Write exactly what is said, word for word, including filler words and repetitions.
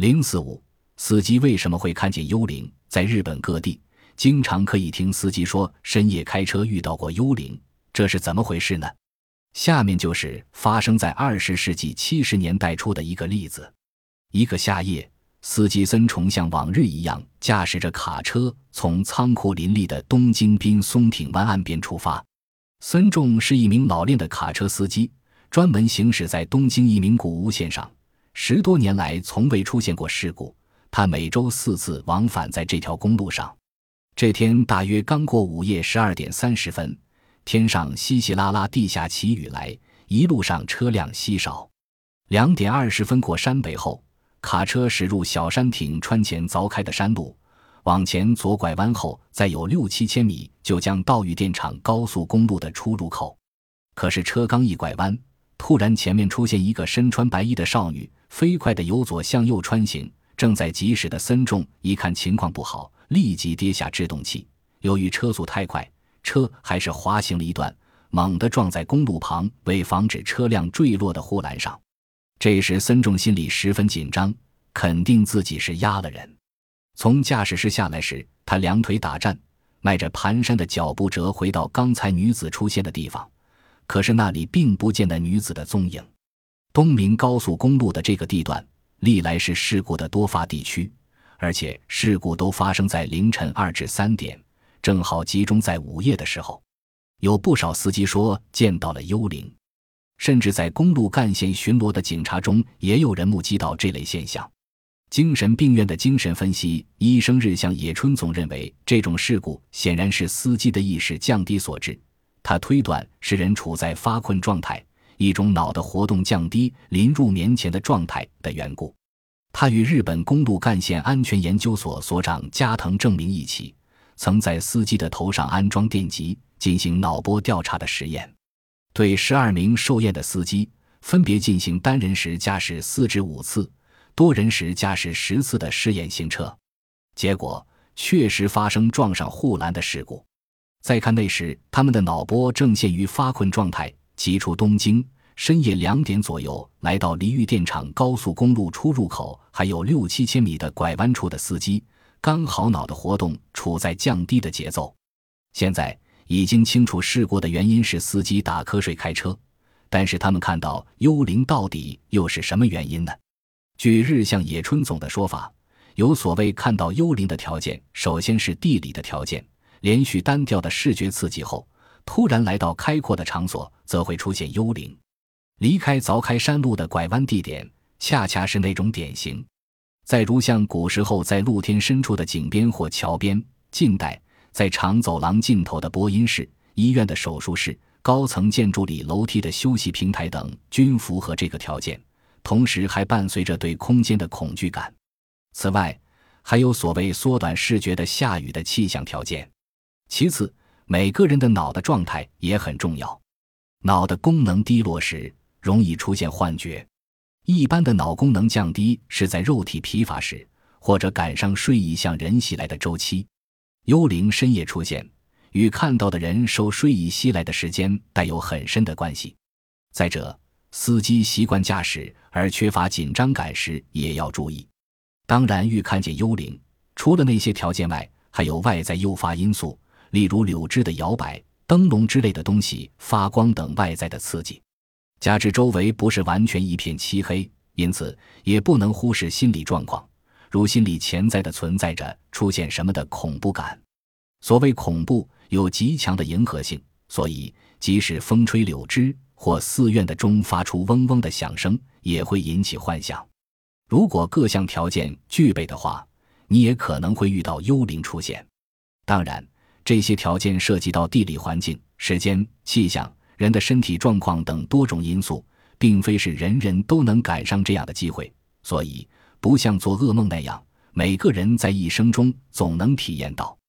零四五司机为什么会看见幽灵？在日本各地经常可以听司机说深夜开车遇到过幽灵，这是怎么回事呢？下面就是发生在二十世纪七十年代初的一个例子。一个夏夜，司机森重像往日一样驾驶着卡车从仓库林立的东京滨松町湾岸边出发。森重是一名老练的卡车司机，专门行驶在东京一名古屋线上，十多年来从未出现过事故。他每周四次往返在这条公路上。这天大约刚过午夜十二点三十分，天上稀稀拉拉地下起雨来，一路上车辆稀少。两点二十分过山北后，卡车驶入小山町川前凿开的山路，往前左拐弯后再有六七千米就将到玉电厂高速公路的出入口。可是车刚一拐弯，突然前面出现一个身穿白衣的少女，飞快地由左向右穿行。正在疾驶的森重一看情况不好，立即跌下制动器。由于车速太快，车还是滑行了一段，猛地撞在公路旁为防止车辆坠落的护栏上。这时森重心里十分紧张，肯定自己是压了人。从驾驶室下来时，他两腿打颤，迈着蹒跚的脚步折回到刚才女子出现的地方，可是那里并不见那女子的踪影。东名高速公路的这个地段历来是事故的多发地区，而且事故都发生在凌晨二至三点，正好集中在午夜的时候。有不少司机说见到了幽灵，甚至在公路干线巡逻的警察中也有人目击到这类现象。精神病院的精神分析医生日向野春总认为，这种事故显然是司机的意识降低所致，他推断是人处在发困状态，一种脑的活动降低临入眠前的状态的缘故。他与日本公路干线安全研究所所长加藤正明一起，曾在司机的头上安装电极，进行脑波调查的实验。对十二名受验的司机，分别进行单人时驾驶四至五次，多人时驾驶十次的试验行车。结果确实发生撞上护栏的事故。再看那时他们的脑波正陷于发困状态，急出东京，深夜两点左右来到离玉电厂高速公路出入口还有六七千米的拐弯处的司机，刚好脑的活动处在降低的节奏。现在已经清楚事故的原因是司机打瞌睡开车，但是他们看到幽灵到底又是什么原因呢？据日向野春总的说法，有所谓看到幽灵的条件，首先是地理的条件，连续单调的视觉刺激后，突然来到开阔的场所，则会出现幽灵。离开凿开山路的拐弯地点，恰恰是那种典型。再如像古时候在露天深处的井边或桥边，近代在长走廊尽头的播音室、医院的手术室、高层建筑里楼梯的休息平台等，均符合这个条件，同时还伴随着对空间的恐惧感。此外，还有所谓缩短视觉的下雨的气象条件。其次，每个人的脑的状态也很重要。脑的功能低落时，容易出现幻觉。一般的脑功能降低是在肉体疲乏时，或者赶上睡意向人袭来的周期。幽灵深夜出现，与看到的人受睡意袭来的时间带有很深的关系。再者，司机习惯驾驶而缺乏紧张感时也要注意。当然，遇看见幽灵，除了那些条件外，还有外在诱发因素，例如柳枝的摇摆、灯笼之类的东西发光等外在的刺激。加之周围不是完全一片漆黑，因此也不能忽视心理状况，如心里潜在的存在着出现什么的恐怖感。所谓恐怖有极强的迎合性，所以即使风吹柳枝或寺院的钟发出嗡嗡的响声，也会引起幻想。如果各项条件具备的话，你也可能会遇到幽灵出现。当然，这些条件涉及到地理环境、时间、气象、人的身体状况等多种因素，并非是人人都能赶上这样的机会，所以不像做噩梦那样，每个人在一生中总能体验到。